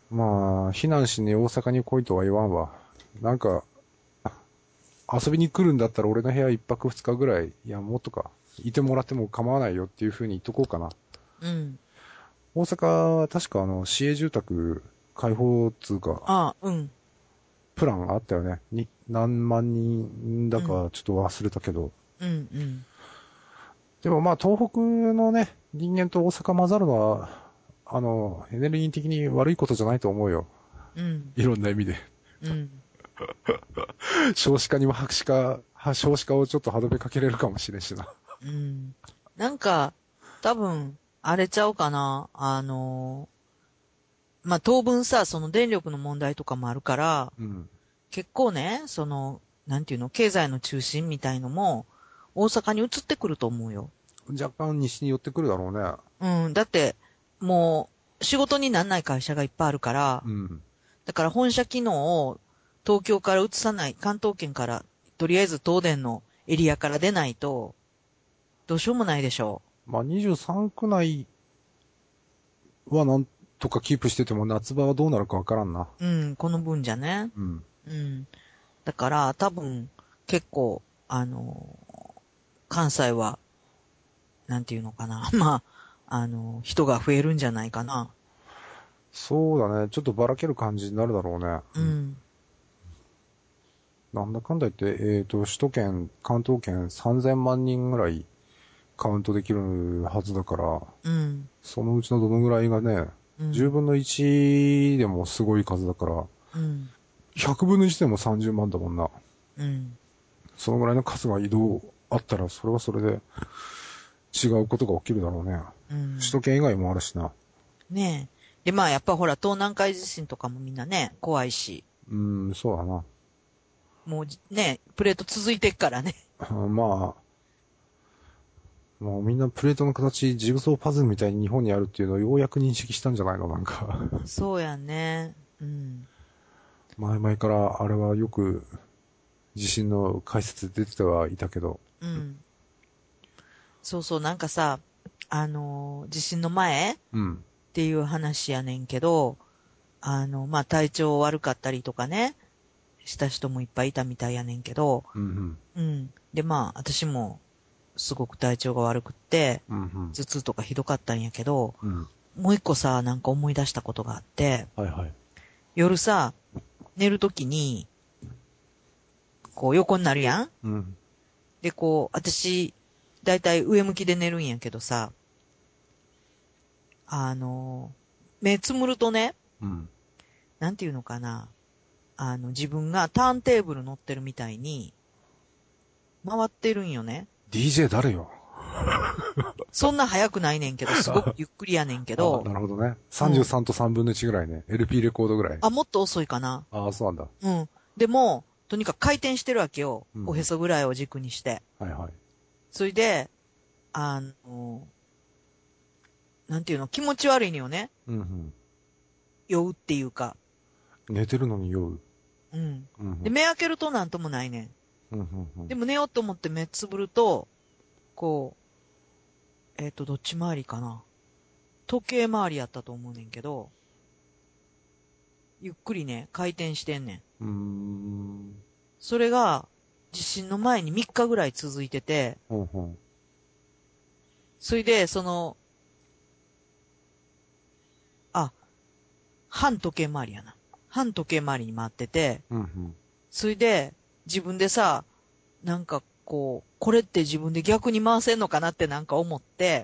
まあ、避難しに大阪に来いとは言わんわ。なんか、遊びに来るんだったら俺の部屋一泊二日ぐらい、いや、もっとか、いてもらっても構わないよっていう風に言っとこうかな。 うん。 大阪は確か市営住宅開放通か、 ああ、うん。 プランあったよね。何万人だうん。 かちょっと忘れたけど。 うん。うん。 でもまあ東北のね、人間と大阪混ざるのは、エネルギー的に悪いことじゃないと思うよ。 うん。 いろんな意味で。 うん。 少子化にも少子化をちょっと歯止めかけれるかもしれんしな。 うん。なんか、多分、あれちゃうかな。まあ、当分さ、その電力の問題とかもあるから、 うん。 結構ね、なんていうの、経済の中心みたいのも、大阪に移ってくると思うよ。 若干西に寄ってくるだろうね。 うん。だって、もう、仕事になんない会社がいっぱいあるから、 うん。 だから本社機能を東京から移さない、関東圏から、とりあえず東電のエリアから出ないと、どうしようもないでしょまあ23区内はなんとかキープしてても夏場はどうなるかわからんな。 う。うん、この分じゃね。 うん。 うん。だから多分結構、関西は、なんていうのかな。まあ、人が増えるんじゃないかな。 そうだね。ちょっとばらける感じになるだろうね。うん。 うん。 なんだかんだ言って、首都圏、関東圏3000万人ぐらいカウントできるはずだから、 うん。 そのうちのどのぐらいがね、10 うん。 分の1でもすごい数だから、 うん。 100分の1でも30万だもんな。 うん。 そのぐらいの数が移動あったら、それはそれで違うことが起きるだろうね。 うん。 首都圏以外もあるしな。 ねえ。で、まあ、やっぱほら、東南海地震とかもみんなね、怖いし。 そうだな。 もうね、プレート続いてっからね。 まあ、もうみんなプレートの形、ジグソーパズルみたいに日本にあるっていうのをようやく認識したんじゃないのなんか。 そうやんね。うん。 前々からあれはよく地震の解説出てはいたけど。 うん。そうそう、なんかさ、地震の前っうん。 ていう話やねんけど、まあ、体調悪かったりとかね、した人もいっぱいいたみたいやねんけど、 うんうん。 うん。で、まあ、私もすごく体調が悪くって、 うんうん。 頭痛とかひどかったんやけど、 うん。 もう一個さ、なんか思い出したことがあって、 はいはい。 夜さ、寝るときに、こう横になるやん。 うん。 で、こう、私、だいたい上向きで寝るんやけどさ、あの、目つむるとね、 うん。 なんていうのかな、自分がターンテーブル乗ってるみたいに、回ってるんよね。 DJ 誰よ。 そんな早くないねんけど、すごくゆっくりやねんけあ、 ど、 なるほどね。 うん。 33と3分の1ぐらいね。LP レコードぐらい。 あ、もっと遅いかな。 ああ、そうなんだ。 うん。でも、とにかく回転してるわけよ。 うん。 おへそぐらいを軸にして。 はいはい。 それで、あの、なんていうの、気持ち悪いのよね。 うんうん。 酔うっていうか。 寝てるのに酔う。 うん。で、 うんうん。 目開けるとなんともないねん。 うんうんうん。 でも寝ようと思って目つぶると、こどっち回りかな。時計回りやったと思うねんけど、ゆっくりね、回転してんねん。 うーん。 それが、地震の前に3日ぐらい続いてて、 ほんほん。 それで、あ、反時計回りやな。反時計回りに回ってて、 うんうん。 それで、自分でさ、なんかこう、これって自分で逆に回せんのかなってなんか思って、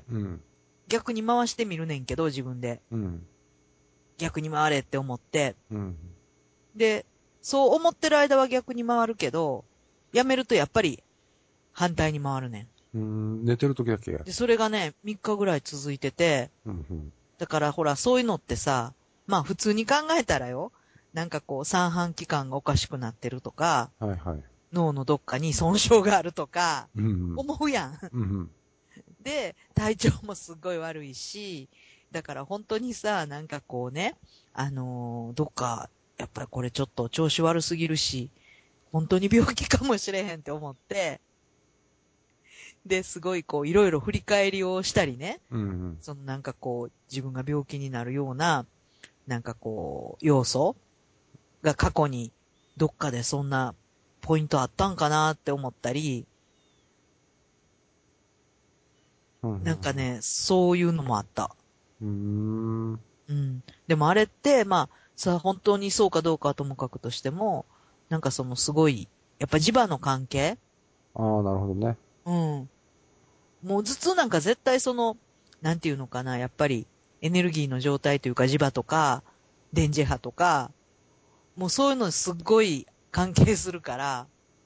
うん。 逆に回してみるねんけど、自分で。 うん。 逆に回れって思って。 うん。 で、そう思ってる間は逆に回るけど、やめるとやっぱり反対に回るねん。 寝てる時だけ。 で、それがね、3日ぐらい続いてて、 うんうん。 だからほら、そういうのってさ、まあ普通に考えたらよ、なんかこう、三半規管がおかしくなってるとか、 はいはい。 脳のどっかに損傷があるとか、 うんうん。 思うやん。 うんうん。 で、体調もすっごい悪いし、だから本当にさ、なんかこうね、どっか、やっぱりこれちょっと調子悪すぎるし、本当に病気かもしれへんって思って、で、すごいこう、いろいろ振り返りをしたりね、 うんうん。 そのなんかこう、自分が病気になるようななんかこう、要素が過去にどっかでそんなポイントあったんかなって思ったり、なんかね、そういうのもあった。うん。でもあれって、まあ、さあ本当にそうかどうかはともかくとしても、なんかそのすごい、やっぱ磁場の関係。 ああ、なるほどね。 うん。もう頭痛なんか絶対その、なんていうのかな、やっぱりエネルギーの状態というか磁場とか、電磁波とか、もうそういうのすっごい関係するから、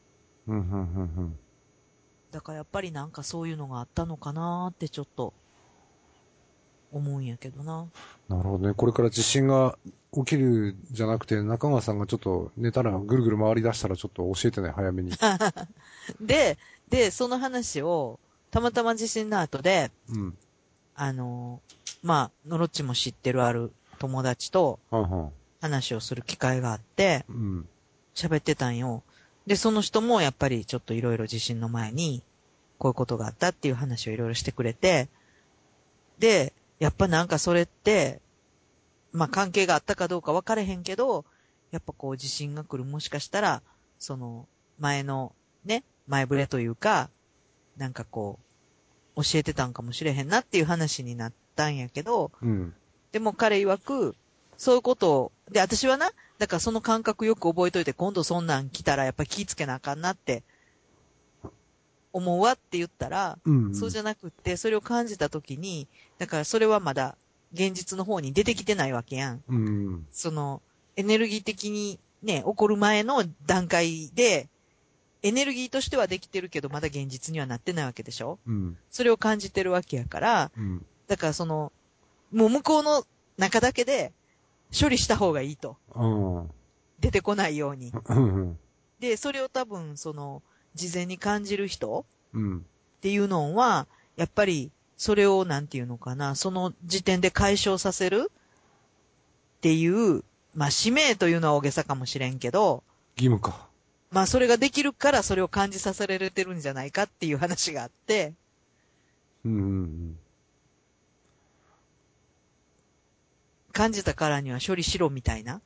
だからやっぱりなんかそういうのがあったのかなーってちょっと思うんやけどな。 なるほどね。これから地震が起きるじゃなくて、中川さんがちょっと寝たらぐるぐる回り出したらちょっと教えてね、早めに。 で、その話を、たまたま地震の後で、 うん。 まあ、のろっちも知ってるある友達とはんはん。 話をする機会があって、 うん。 喋ってたんよ。で、その人もやっぱりちょっといろいろ地震の前に、こういうことがあったっていう話をいろいろしてくれて、で、やっぱなんかそれって、まあ関係があったかどうか分かれへんけど、やっぱこう地震が来るもしかしたら、その前のね、前触れというか、なんかこう、教えてたんかもしれへんなっていう話になったんやけど、 うん。 でも彼曰く、そういうことを、で、私はな、だからその感覚よく覚えといて、今度そんなん来たらやっぱり気ぃつけなあかんなって思うわって言ったら、 うん。 そうじゃなくって、それを感じたときに、だからそれはまだ現実の方に出てきてないわけやん。 うん。 その、エネルギー的にね、起こる前の段階で、エネルギーとしてはできてるけど、まだ現実にはなってないわけでしょ。 うん。 それを感じてるわけやから、 うん。 だからその、もう向こうの中だけで処理した方がいいと。 うん。 出てこないように。 うん。 で、それを多分、その、事前に感じる人うん。 っていうのは、やっぱり、それを、なんていうのかな、その時点で解消させるっていう、まあ、使命というのは大げさかもしれんけど、 義務か。 まあ、それができるからそれを感じさせられてるんじゃないかっていう話があって、 うん。 感じたからには処理しろみたいな。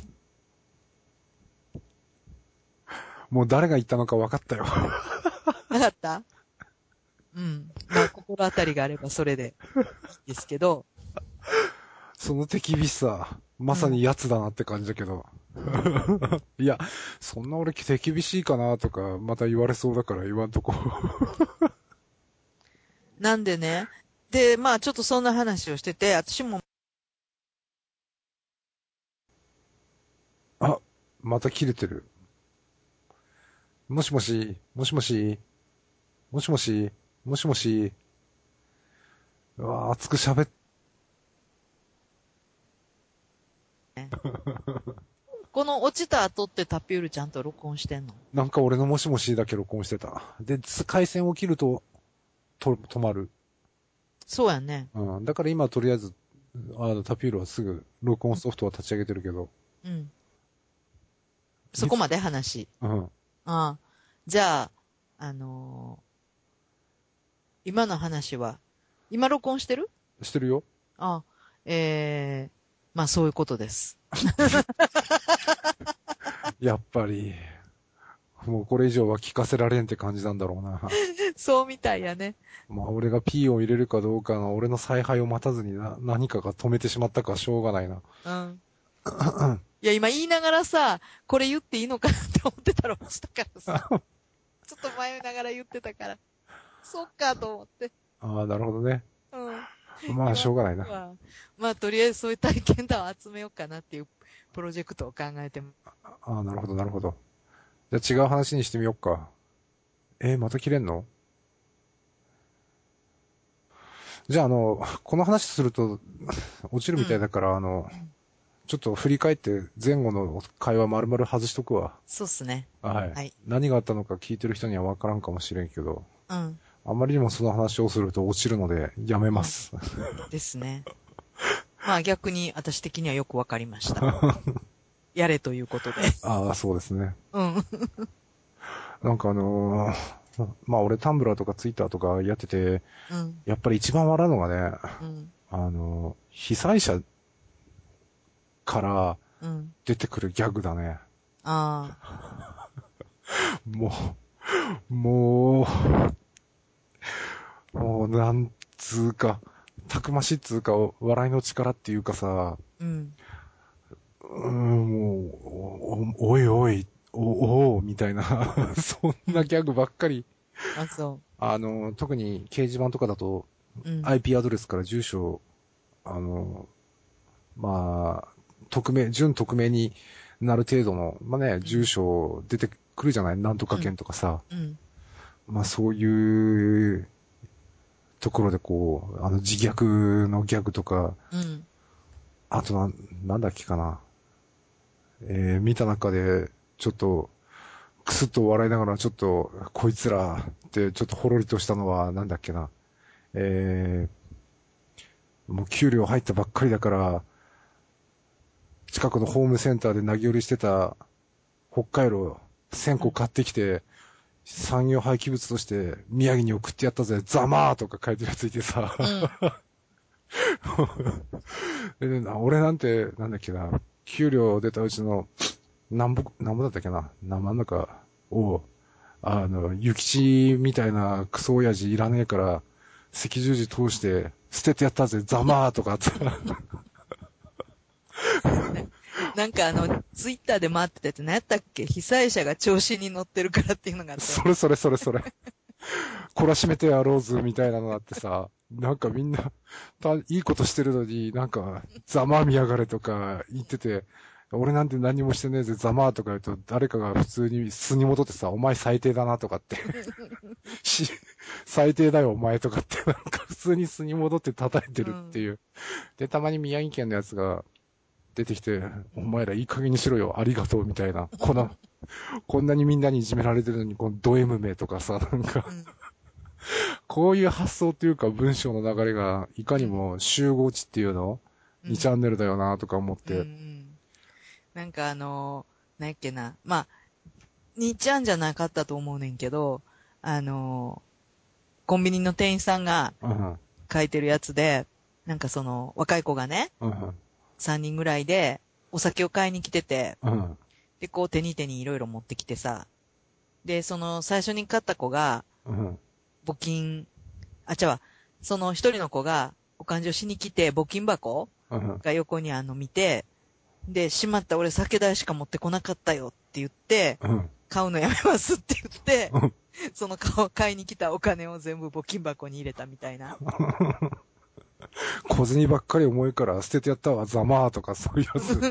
もう誰が言ったのか分かったよ。 なかった？うん。まあ、心当たりがあればそれでいいですけど、 その手厳しさ、まさうん。 に奴だなって感じだけど。いや、そんな俺手厳しいかなとか、また言われそうだから言わんとこ。 なんでね、で、まあ、ちょっとそんな話をしてて、私も、 あ、また切れてる。もしもし、もしもし、もしもし、もしもし、うわー熱く喋っ、 ね、この落ちた後ってタピュールちゃんと録音してんの？ なんか俺のもしもしだけ録音してた。で、回線を切ると、止まる。 そうやね。 うん。だから今とりあえず、タピュールはすぐ録音ソフトは立ち上げてるけど、 うん。そこまで話。 うん。 ああ。じゃあ、今の話は、今録音してる？ してるよ。 ああ。まあそういうことです。 やっぱり、もうこれ以上は聞かせられんって感じなんだろうな。 そうみたいやね。 まあ俺が P を入れるかどうかの俺の采配を待たずに何かが止めてしまったかしょうがないな。 うん。いや、今言いながらさ、これ言っていいのかなって思ってたら落ちたからさ。ちょっと迷いながら言ってたから。そっかと思って。 ああ、なるほどね。 うん。 まあ言わんしょうがないな。 とこは。まあとりあえずそういう体験談を集めようかなっていうプロジェクトを考えても。 ああ、なるほど、なるほど。じゃあ違う話にしてみよっか。また切れんの？じゃあこの話すると落ちるみたいだから、 うん。 ちょっと振り返って前後の会話丸々外しとくわ。 そうっすね。 はい。 はい。 何があったのか聞いてる人にはわからんかもしれんけど、 うん。 あまりにもその話をすると落ちるのでやめうん。 ます。 ですね。まあ逆に私的にはよくわかりました。やれということで。 ああ、そうですね。 うん。 なんかまあ俺タンブラーとかツイッターとかやってて、 うん。 やっぱり一番笑うのがね、 うん。 被災者からうん。 出てくるギャグだね。 ああ。 もう、なんつうか、たくましいつうか、笑いの力っていうかさ、 うん。 もう、おいおい、おみたいな、そんなギャグばっかり。 あ、そ特に掲示板とかだと、 う。うん。 IP アドレスから住所、まあ、準匿名になる程度の、まあね、住所出てくるじゃない、なんとか県とかさ。 うん。 まあそういうところでこう、自虐のギャグとか、 うん。 あとなんだっけかな。見た中で、ちょっと、くすっと笑いながら、ちょっと、こいつらってちょっとほろりとしたのは、なんだっけな。もう給料入ったばっかりだから、近くのホームセンターで投げ売りしてた北海道1000個買ってきて、産業廃棄物として宮城に送ってやったぜ、ざまーとか書いてるやついてさ。 うん。 で俺なんて、なんだっけな、給料出たうちの、なんぼだったっけな、何万だかを、諭吉みたいなクソ親父いらねえから、赤十字通して捨ててやったぜ、ざまーとかさ。 なんかツイッターで回ってたやつ何やったっけ、被災者が調子に乗ってるからっていうのがあったよね。 それ。懲らしめてやろうぜ、みたいなのあってさ、なんかみんな、いいことしてるのに、なんか、ざまみやがれとか言ってて、俺なんて何もしてねえぜ、ざまーとか言うと、誰かが普通に素に戻ってさ、お前最低だなとかって最低だよ、お前とかって、なんか普通に素に戻って叩いてるっていう。で、たまに宮城県のやつが出てきて、お前らいい加減にしろよ、ありがとう、みたいな。こんなにみんなにいじめられてるのに、このド M 名とかさ、なんか、 うん。 こういう発想っていうか文章の流れが、いかにも集合値っていうの、 うん。 2チャンネルだよなとか思っうん。うて。 ん。なんかなんやっけな。まあ、にちゃんじゃなかったと思うねんけど、コンビニの店員さんがうん、 書いてるやつで、なんか若い子がね、 うん、 3人ぐらいで、お酒を買いに来てて、 うん、 で、こう手にいろいろ持ってきてさ、で、最初に買った子が、 うん、 募金、違うわ、一人の子が、お勘定しに来て、募金箱うん、 が横に見て、で、しまった、俺酒代しか持ってこなかったよって言って、 うん、 買うのやめますって言って、 うん。 買いに来たお金を全部募金箱に入れたみたいな。 小銭ばっかり重いから捨ててやったわ、ざまーとかそういうやつ。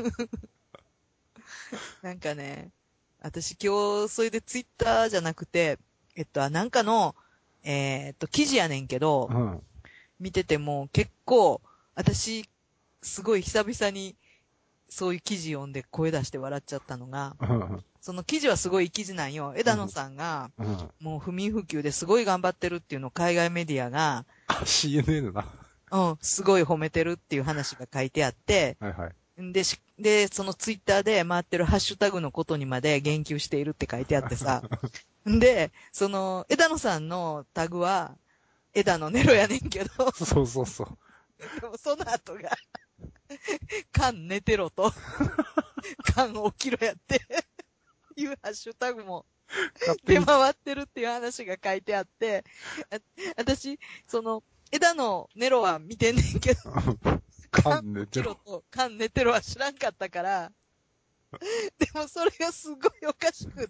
なんかね、私今日、それでツイッターじゃなくて、なんかの、記事やねんけど、 うん、 見てても結構、私、すごい久々にそういう記事読んで声出して笑っちゃったのが、 うん、 その記事はすごいいい記事なんよ。枝野さんが、 うん。 もう不眠不休ですごい頑張ってるっていうのを海外メディアが、 あ、CNN な。 うん、すごい褒めてるっていう話が書いてあって、 はいはい。 で、そのツイッターで回ってるハッシュタグのことにまで言及しているって書いてあってさ。で、枝野さんのタグは、枝野ネロやねんけど、 そうそうそう。 でもその後が、カン寝てろと、カン起きろやっていうハッシュタグも出勝手に。 回ってるっていう話が書いてあって、私、枝野ネロは見てんねんけど、 かカンんねてろ。 起きろとカン寝てろは知らんかったから、でもそれがすごいおかしくって、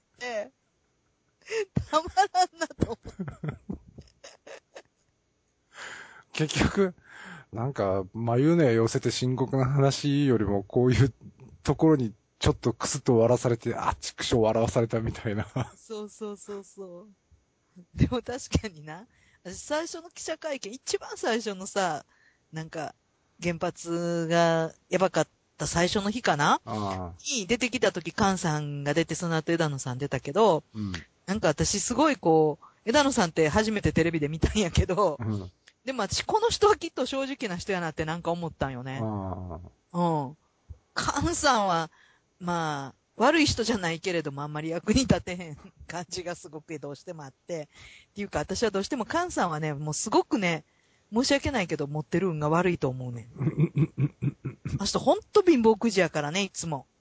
たまらんなと思結局、なんか、眉根寄せて深刻な話よりも、こういうところにちょっとクスッと笑わされて、あ、畜生笑わされたみたいな。 う。そうそうそうそう。でも確かにな、私最初の記者会見、一番最初のさ、なんか、原発がやばかった最初の日かなああ、 に出てきた時、菅さんが出て、その後枝野さん出たけど、 うん、 なんか私すごいこう、枝野さんって初めてテレビで見たんやけど、 うん、 でも私この人はきっと正直な人やなってなんか思ったんよね。 あうん。菅さんは、まあ、悪い人じゃないけれどもあんまり役に立てへん感じがすごくどうしてもあって。っていうか私はどうしても菅さんはね、もうすごくね、申し訳ないけど持ってる運が悪いと思うねん。 あの人ほんと貧乏くじやからね、いつも。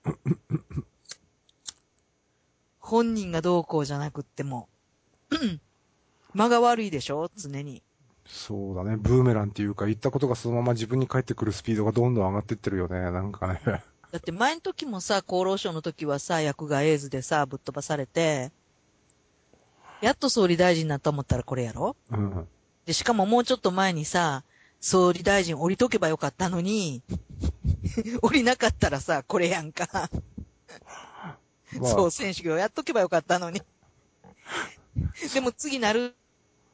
本人がどうこうじゃなくっても。間が悪いでしょ常に。 そうだね。ブーメランっていうか、言ったことがそのまま自分に返ってくるスピードがどんどん上がってってるよね。なんかね。 だって前の時もさ、厚労省の時はさ、役がエイズでさ、ぶっ飛ばされて、やっと総理大臣になった思ったらこれやろうん。 で、しかももうちょっと前にさ、総理大臣降りとけばよかったのに、降りなかったらさ、これやんか。 まそう、選手業やっとけばよかったのに。でも次なる、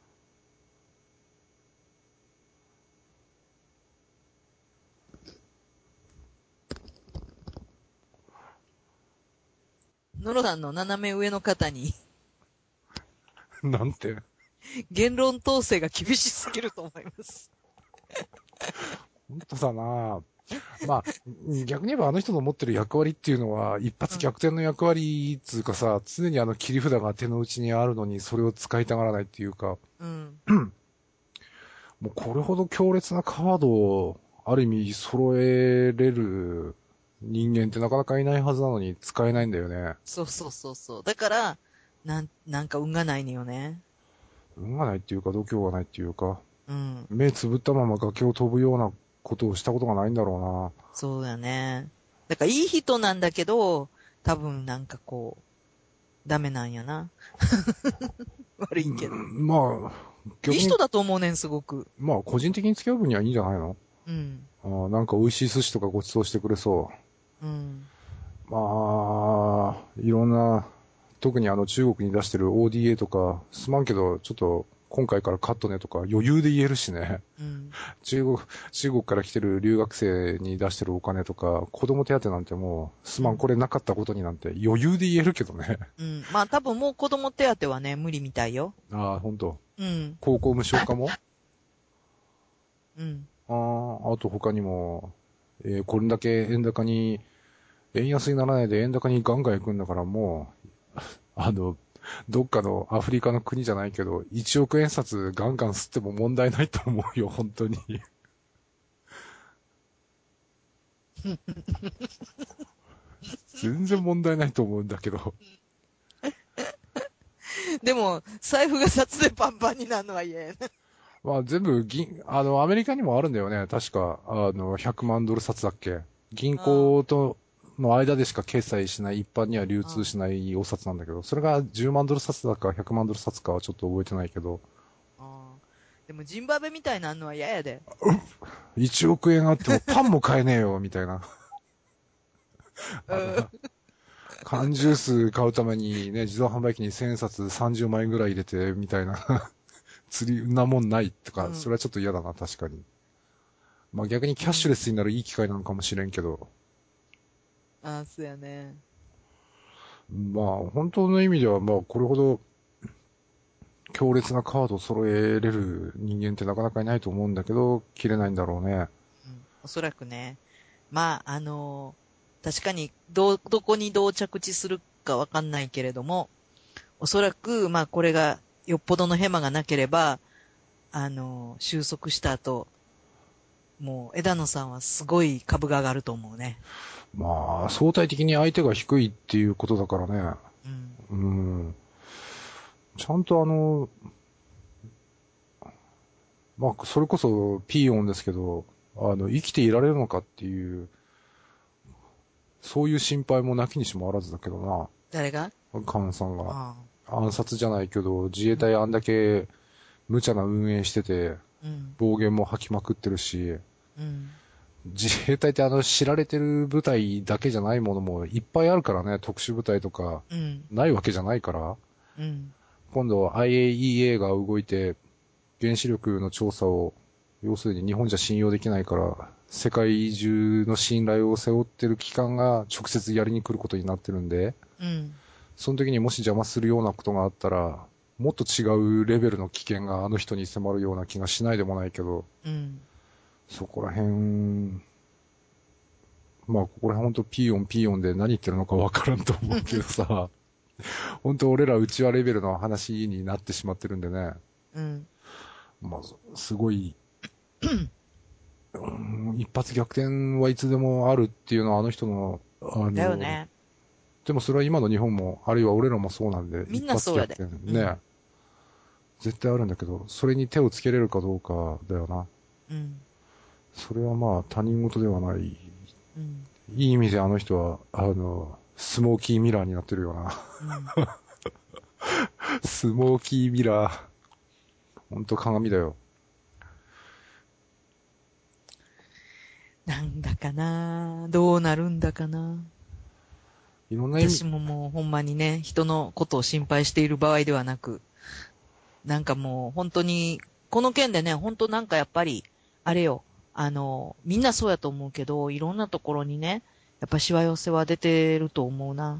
野呂さんの斜め上の方に、 あ、なんて。 言論統制が厳しすぎると思います。 本当だな。まあ、逆に言えばあの人の持ってる役割っていうのは、一発逆転の役割っていうかさ、常に切り札が手の内にあるのに、それを使いたがらないっていうか、 うん。 もうこれほど強烈なカードを、ある意味揃えれる人間ってなかなかいないはずなのに使えないんだよね。 そうそうそうそう。だから、なんか運がないのよね。 運がないっていうか、度胸がないっていうか、 うん。 目つぶったまま崖を飛ぶようなことをしたことがないんだろそうだね。だからいい人なんだけど、多分なんかこう、ダメなんやな。悪うな。 いけど。 まあ、逆に、 いい人だと思うねん、すごく。 まあ、個人的に付き合う分にはいいんじゃないの？ うん。 なんか美味しい寿司とかご馳走してくれそうん。 う。まあ、いろんな、特に中国に出してる ODA とか、すまんけど、ちょっと今回からカットねとか余裕で言えるしね。 うん。 中国、中国から来てる留学生に出してるお金とか、子供手当なんてもう、すまん、これなかったことになんて余裕で言えるけどね。 うん。まあ多分もう子供手当はね、無理みたいよ。 ああ、ほんと。 うん。 高校無償化もうん。 あと他にも、これだけ円高に、円安にならないで円高にガンガン行くんだからもう、どっかのアフリカの国じゃないけど、1億円札ガンガン吸っても問題ないと思うよ、本当に。全然問題ないと思うんだけど。 でも、財布が札でパンパンになるのは嫌やな。 まあ全部アメリカにもあるんだよね。確か、100万ドル札だっけ。銀あ行との間でしか決済しない、一般には流通あ。 しないお札なんだけど、それが10万ドル札だか100万ドル札かはちょっと覚えてないけど、 ああ。でもジンバブエみたいになるのは嫌やで。 1億円あってもパンも買えねえよ、みたいな。 うあの、 ん。 缶ジュース買うためにね、自動販売機に1000冊30万円ぐらい入れて、みたいな。釣りなもんないとか、それうん。 はちょっと嫌だな、確かに。まあ逆にキャッシュレうん。 スになるいい機会なのかもしれんけど、 ああ、そうやね。 まあ本当の意味では、まあこれほど強烈なカードを揃えれる人間ってなかなかいないと思うんだけど、切れないんだろうね。 うん。おそらくね。まあ、確かに、どこにどう着地するかわかんないけれども、おそらく、まあ、これが、よっぽどのヘマがなければ、収束した後、もう、枝野さんはすごい株が上がると思うね。 まあ相対的に相手が低いっていうことだからね。 うん。 うん。ちゃんとまあそれこそピーヨンですけど、生きていられるのかっていう、そういう心配もなきにしもあらずだけど誰がな、カンさんが。 ああ。 暗殺じゃないけど、自衛うん。 隊あんだけ無茶な運営してて、 うん。 暴言も吐きまくってるし、 うん。 自衛隊って知られてる部隊だけじゃないものもいっぱいあるからね、特殊部隊とか、 うん。 ないわけじゃないから、 うん。 今度 IAEA が動いて、原子力の調査を、要するに日本じゃ信用できないから、世界中の信頼を背負ってる機関が直接やりに来ることになってるんで、 うん。 その時にもし邪魔するようなことがあったら、もっと違うレベルの危険があの人に迫るような気がしないでもないけど、 うん。 そこら辺、まあここら辺ほんとピーヨンピーヨンで何言ってるのかわからんと思うけどさ、ほんと俺らうちわレベルの話になってしまってるんでね、 うん。 まあすごい一発逆転はいつでもあるっていうのはあの人の、 だよね。 でもそれは今の日本も、あるいは俺らもそうなんで、 みん一なそうやで。 発逆転ね、絶対あるんだけど、それに手をつけれるかどうかだよな。 うん。 それはまあ他人事ではない。 うん。 いい意味であの人は、スモーキーミラーになってるよな。 うん。 スモーキーミラー。ほんと鏡だよ。 なんだかな、どうなるんだかな。 いろんな意味、 私ももうほんまにね、人のことを心配している場合ではなく、なんかもう本当に、この件でね、本当なんかやっぱり、あれよ、みんなそうやと思うけど、いろんなところにね、やっぱしわ寄せは出てると思うな。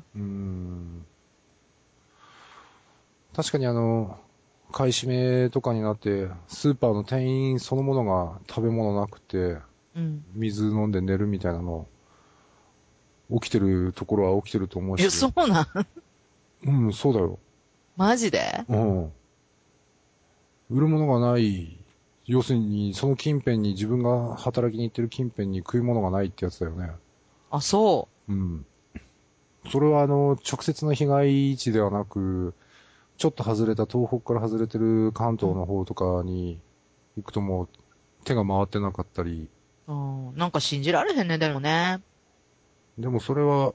確かに買い占めとかになって、スーパーの店員そのものが食べ物なくて、 うん。 水飲んで寝るみたいなの、起きてるところは起きてると思うえ、 し。 そうなんうん、そうだよ。 マジでうん。売るものがない。要するに、その近辺に自分が働きに行ってる近辺に食い物がないってやつだよね。 あ、そうん。それは直接の被害地ではなく、ちょっと外れた東北から外れてる関東の方とかに行くともう手が回ってなかったり。 う。うん。なんか信じられへんね、でもね。 でもそれは、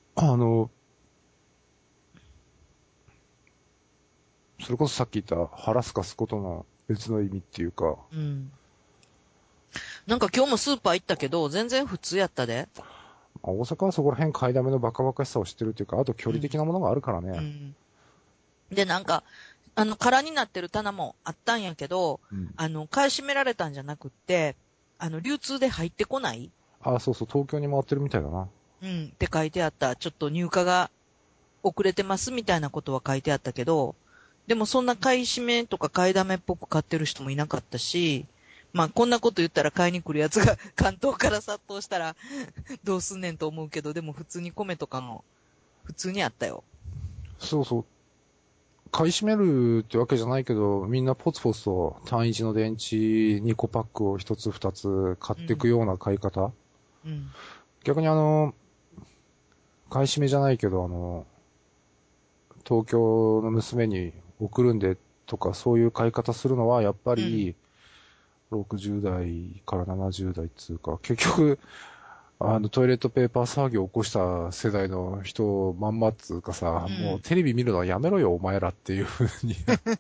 それこそさっき言った腹すかすことの別の意味っていうか、 うん。なんか今日もスーパー行ったけど、全然普通やったで。 大阪はそこら辺買いだめのバカバカしさを知ってるっていうか、あと距離的うん。 なものがあるからね。 うん。で、なんか、空になってる棚もあったんやけど、 うん。 買い占められたんじゃなくって、流通で入ってこないあ、そうそう、東京に回ってるみたいだな。 うん、って書いてあった。ちょっと入荷が遅れてますみたいなことは書いてあったけど、でもそんな買い占めとか買いだめっぽく買ってる人もいなかったし、まあこんなこと言ったら買いに来るやつが関東から殺到したらどうすんねんと思うけど、でも普通に米とかも普通にあったよ。 そうそう。買い占めるってわけじゃないけど、みんなポツポツと単一の電池2個パックを1つ2つ買っていくうん。 ような買い方。 うん。 逆に買い占めじゃないけど、東京の娘に送るんでとかそういう買い方するのはやっぱうん。 り60代から70代っつうか、結局、トイレットペーパー騒ぎを起こした世代の人まんまっつうかさ、もううん。 テレビ見るのはやめろよお前らっていうふうに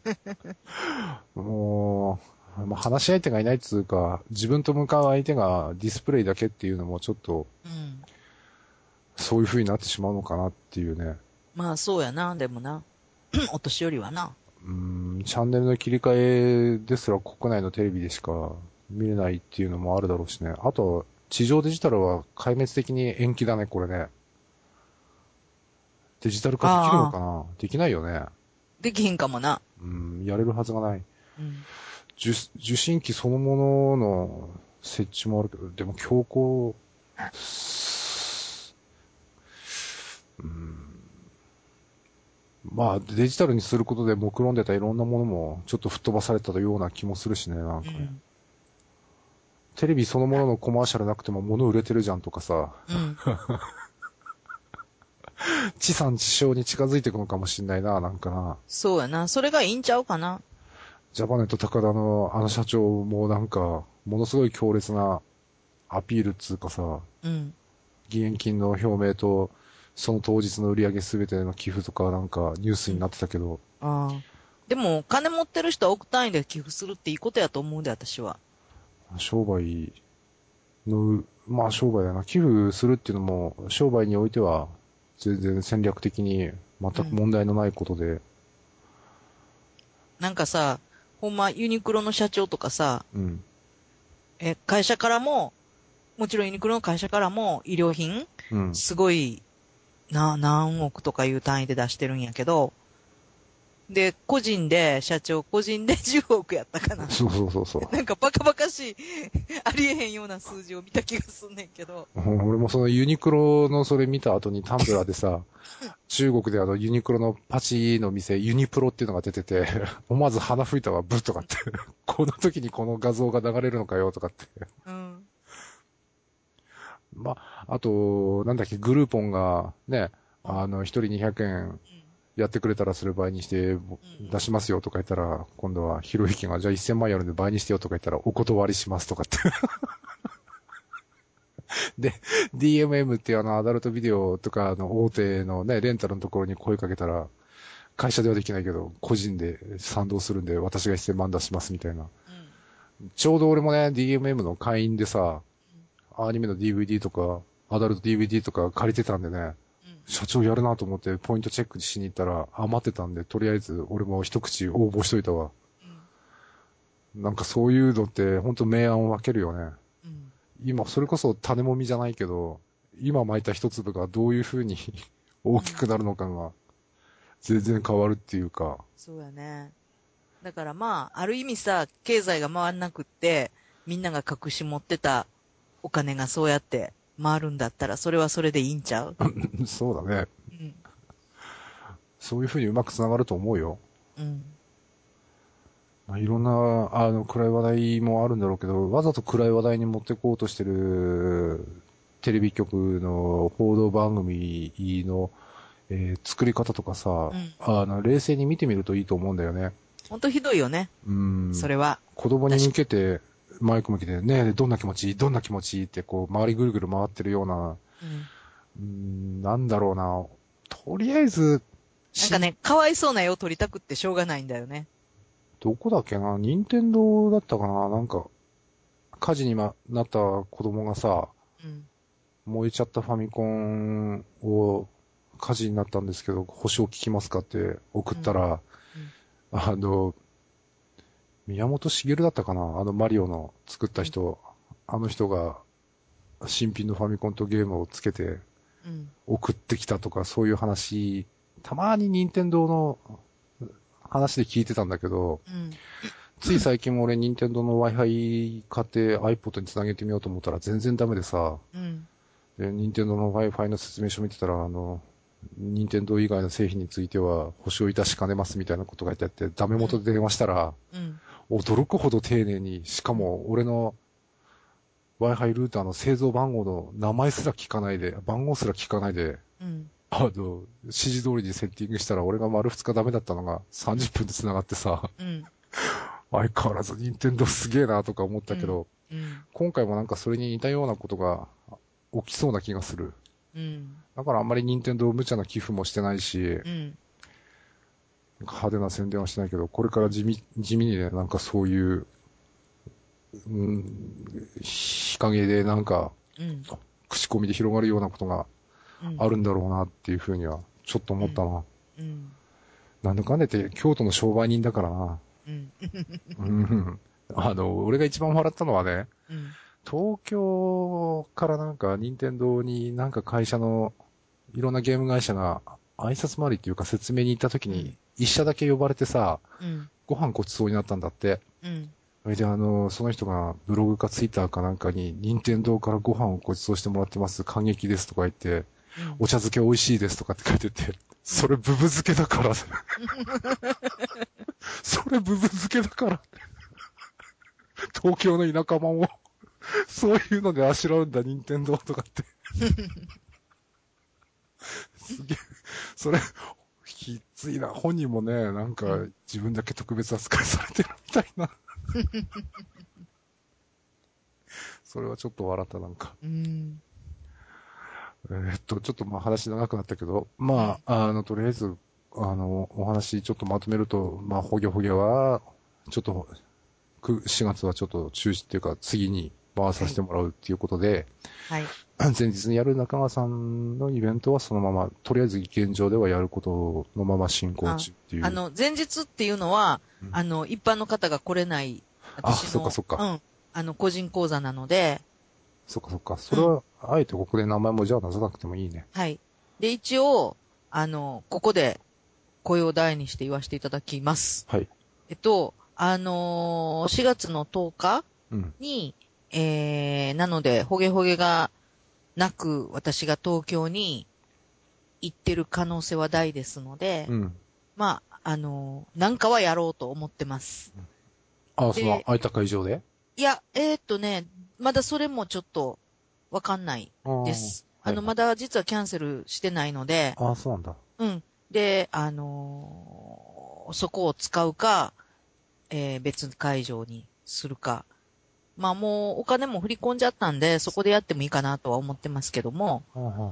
もう、まあ、話し相手がいないっつうか、自分と向かう相手がディスプレイだけっていうのもちょっと、 うん。 そういう風になってしまうのかなっていうね。 まあそうやな、でもな。お年寄りはな。 チャンネルの切り替えですら国内のテレビでしか見れないっていうのもあるだろうしね。あと、地上デジタルは壊滅的に延期だね、これね。デジタル化できるのああ、 かな？できないよね。 できひんかもな。 やれるはずがない。 うん。 受信機そのものの設置もあるけど、でも強行、うん、まあデジタルにすることで目論んでたいろんなものもちょっと吹っ飛ばされたような気もするしね、なんかね。 うん。 テレビそのもののコマーシャルなくても物売れてるじゃんとかさ、 うん。 地産地消に近づいていくのかもしんないな、なんかな。 そうやな。それがいいんちゃうかな。 ジャパネット高田のあの社長もなんか、ものすごい強烈なアピールっつうかさ、 うん。 義援金の表明と、その当日の売り上げすべての寄付とかなんかニュースうん。 になってたけど、 ああ。でも、金持ってる人は億単位で寄付するっていいことやと思うんで、私は。 商売の、まあ商売だな。寄付するっていうのも、商売においては、全然戦略的に全くうん。 問題のないことで、 なんかさ、ほんま、ユニクロの社長とかさ、 うん、 会社からも、もちろんユニクロの会社からも、医療品、 うん。 すごい、何億とかいう単位で出してるんやけど、で、社長個人で10億やったかな。 そうそうそうそなんかバカバカしい、ありえへんような数字を見た気がすんねんけど。 う。俺もそのユニクロのそれ見た後にタンブラーでさ、中国でユニクロのパチの店、ユニプロっていうのが出てて、思わず鼻吹いたわ、ブッとかって。この時にこの画像が流れるのかよ、とかって。 うん。 まあと、なんだっけ、グルーポンがね、一人200円うん。 やってくれたらする倍にして出しますよとか言ったら、今度はひろゆきがじゃあ1000万やるんで倍にしてよとか言ったらお断りしますとかって。で、DMM っていうアダルトビデオとか大手のね、レンタルのところに声かけたら、会社ではできないけど、個人で賛同するんで私が1000万出しますみたいな。 うん。 ちょうど俺もね、DMM の会員でさ、アニメの DVD とか、アダルト DVD とか借りてたんでね、 うん。 社長やるなと思ってポイントチェックしに行ったら余ってたんで、とりあえず俺も一口応募しといたわ。 うん。 なんかそういうのってほんと明暗を分けるよね。 うん。 今、それこそ種もみじゃないけど、今巻いた一粒がどういう風に大きくなるのかが全然変わるっていうか。 そうやね。だからまあ、ある意味さ、経済が回んなくって、みんなが隠し持ってたお金がそうやって回るんだったら、それはそれでいいんちゃう？ そうだね。 うん。 そういう風にうまくつながると思うよ。 うん。 まあ、いろんな、暗い話題もあるんだろうけど、わざと暗い話題に持ってこうとしてるテレビ局の報道番組の、作り方とかさ、 うん。 冷静に見てみるといいと思うんだよね。 ほんとひどいよね。それは。 子供に向確かけて、マイク向けて、ねえ、どんな気持ちどんな気持ちってこう、周りぐるぐる回ってるような、 に。うん。 なんだろうな。とりあえず、 なんかね、かわいそうな絵を撮りたくってしょうがないんだよね。 どこだっけな、任天堂だったかな、なんか、火事になった子供がさ、 うん。 燃えちゃったファミコンを火事になったんですけど、保証聞きますかって送ったら、 うん。 あの、宮本茂だったかな、マリオの作ったうん。 人、あの人が新品のファミコンとゲームをつけてうん。 送ってきたとか、そういう話、たまに任天堂の話で聞いてたんだけど、 うん。 つい最近も俺任天堂の Wi-Fi 買って iPod につなげてみようと思ったら全然ダメでさ、 うん。 で、任天堂の Wi-Fi の説明書見てたら、任天堂以外の製品については保証いたしかねますみたいなことが書いてあって、ダメ元で電話したら、 うん。 驚くほど丁寧に、しかも俺の Wi-Fi ルーターの製造番号の名前すら聞かないで、番号すら聞かないで、 うん。 指示通りにセッティングしたら俺が丸2日ダメだったのが30分で繋がってさ、 うん。 相変わらず任天堂すげえなとか思ったけど、 うん。 今回もなんかそれに似たようなことが起きそうな気がする。 うん。 だからあんまり任天堂無茶な寄付もしてないし、 うん。 派手な宣伝はしてないけど、これから地味にね、なんかそういう、日陰でなんか、 うん。 口コミで広がるようなことがうん。 あるんだろうなっていうふうには、ちょっと思ったな。 うん。 なんだかんだ言って京都の商売人だからな。 うん。 うん。俺が一番笑ったのはね、 うん。 東京からなんか任天堂になんか会社のいろんなゲーム会社が挨拶回りっていうか説明に行った時に一社だけ呼ばれてさ、 うん。 ご飯ごちそうになったんだって。 うん。 それでその人がブログかツイッターかなんかに任天堂からご飯をごちそうしてもらってます。感激ですとか言って、 うん。 お茶漬け美味しいですとかって書いてて、それブブ漬けだから、それブブ漬けだから、東京の田舎者を、そういうのであしらうんだ、任天堂とかって。すげえ、それ、きついな。本人もね、なんか自分だけ特別扱いされてるみたいな。それはちょっと笑った、なんか。 うん。 ちょっとまあ話長くなったけど、 うん。 とりあえず、お話ちょっとまとめると、まあ、ほげほげは、ちょっと、4月はちょっと中止っていうか、次に回させてもらうっていうことで、 はい。 前日にやる中川さんのイベントはそのまま、とりあえず現状ではやることのまま進行中っていう。 前日っていうのは、 うん、 一般の方が来れない、 あ、 私の、 そっかそっか。 個人講座なので、 そっかそっか。そうん。 れは、あえてここで名前もじゃあ出さなくてもいいね。 はい。で、一応、ここで声を大にして言わせていただきます。 はい。 4月の10日うん。 に、なので、ほげほげがなく、私が東京に行ってる可能性は大ですので、 うん。 まあ、なんかはやろうと思ってます。 あ、そので、 空いた会場でいや、まだそれもちょっとわかんないです。 はいはいまだ実はキャンセルしてないので、 ああ、そうなんだ。 うん。で、そこを使うか、別会場にするか。まあもうお金も振り込んじゃったんで、そこでやってもいいかなとは思ってますけども、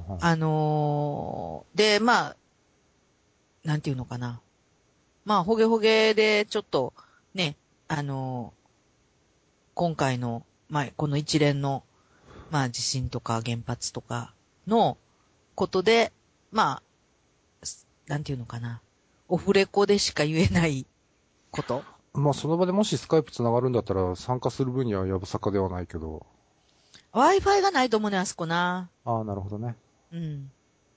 で、まあ、なんていうのかな。まあ、ほげほげで、ちょっと、ね、今回の、まあ、この一連の、まあ、地震とか原発とかのことで、まあ、なんていうのかな。オフレコでしか言えないこと。 まあ、その場でもしスカイプつながるんだったら参加する分にはやぶさかではないけど。 Wi-Fi がないと思うね、あそこな。 ああ、なるほどね。 うん。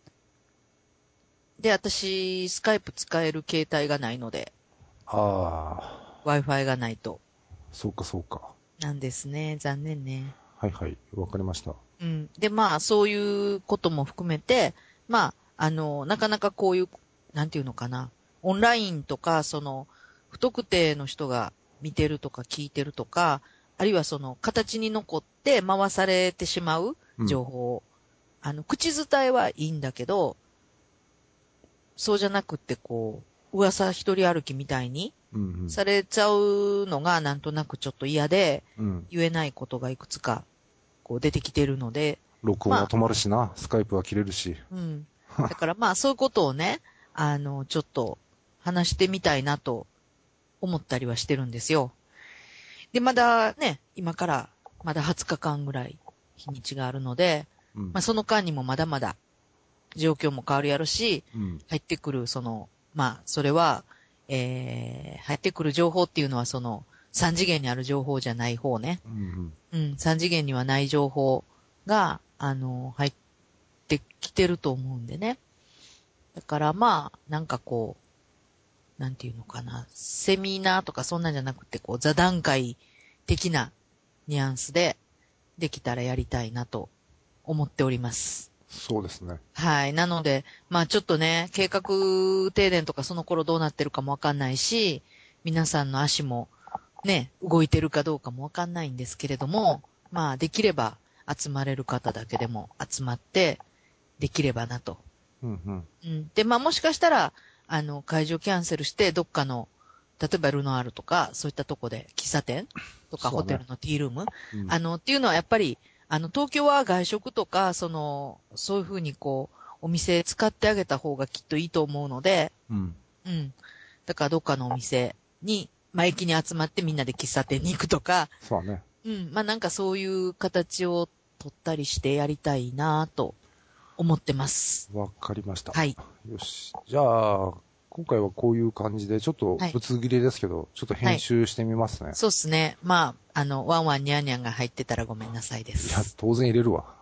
で、私、スカイプ使える携帯がないので、 ああ、 Wi-Fi がないと。 そうかそうか。 なんですね。残念ね。 はいはい、わかりました。 うん。で、まあ、そういうことも含めて、まあ、なかなかこういう、なんていうのかな。オンラインとか、不特定の人が見てるとか聞いてるとか、あるいは形に残って回されてしまう情報。口伝えはいいんだけど、そうじゃなくって噂一人歩きみたいにうんされちゃうのがなんとなくちょっと嫌で、 うん。 言えないことがいくつか、出てきてるので、まあ、 録音は止まるしな、スカイプは切れるし。 うん。だからまあ、そういうことをね、ちょっと話してみたいなと思ったりはしてるんですよ。で、まだね、今からまだ20日間ぐらい日にちがあるので、 うんまあその間にもまだまだ状況も変わるやろし、 うん入ってくるまあそれは、入ってくる情報っていうのは3次元にある情報じゃない方ね。 うんうん、3次元にはない情報が、入ってきてると思うんでね。だからまあ、なんかなんていうのかな、セミナーとかそんなんじゃなくて、座談会的なニュアンスでできたらやりたいなと思っております。 そうですね。 はい。なので、まあちょっとね、計画停電とかその頃どうなってるかもわかんないし、皆さんの足もね、動いてるかどうかもわかんないんですけれども、まあできれば集まれる方だけでも集まってできればなと。 うんうんうん。で、まあもしかしたら、会場キャンセルして、どっかの、例えばルノアールとか、そういったとこで、喫茶店とか、 そうだねホテルのティールーム、 うんっていうのはやっぱり、東京は外食とか、そういうふうにお店使ってあげた方がきっといいと思うので、 うんうん。だからどっかのお店に、まあ、駅に集まってみんなで喫茶店に行くとか、 そうだね。 うん。まあ、なんかそういう形を取ったりしてやりたいなと思ってます。 わかりました。 はい。 よし。じゃあ、今回はこういう感じで、ちょっとはい。 ぶつ切れですけど、ちょっとはい。 編集してみますね。 そうですね。まあ、ワンワンニャンニャンが入ってたらごめんなさいでいや、 す。 当然入れるわ。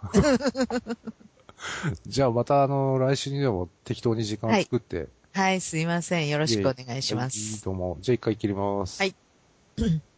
じゃあまた来週にでも適当に時間はい。 作って、 はい、すいません。よろしくおいえ、 願いしはい、 ます。 どうも。じゃあ一回切ります。 はい。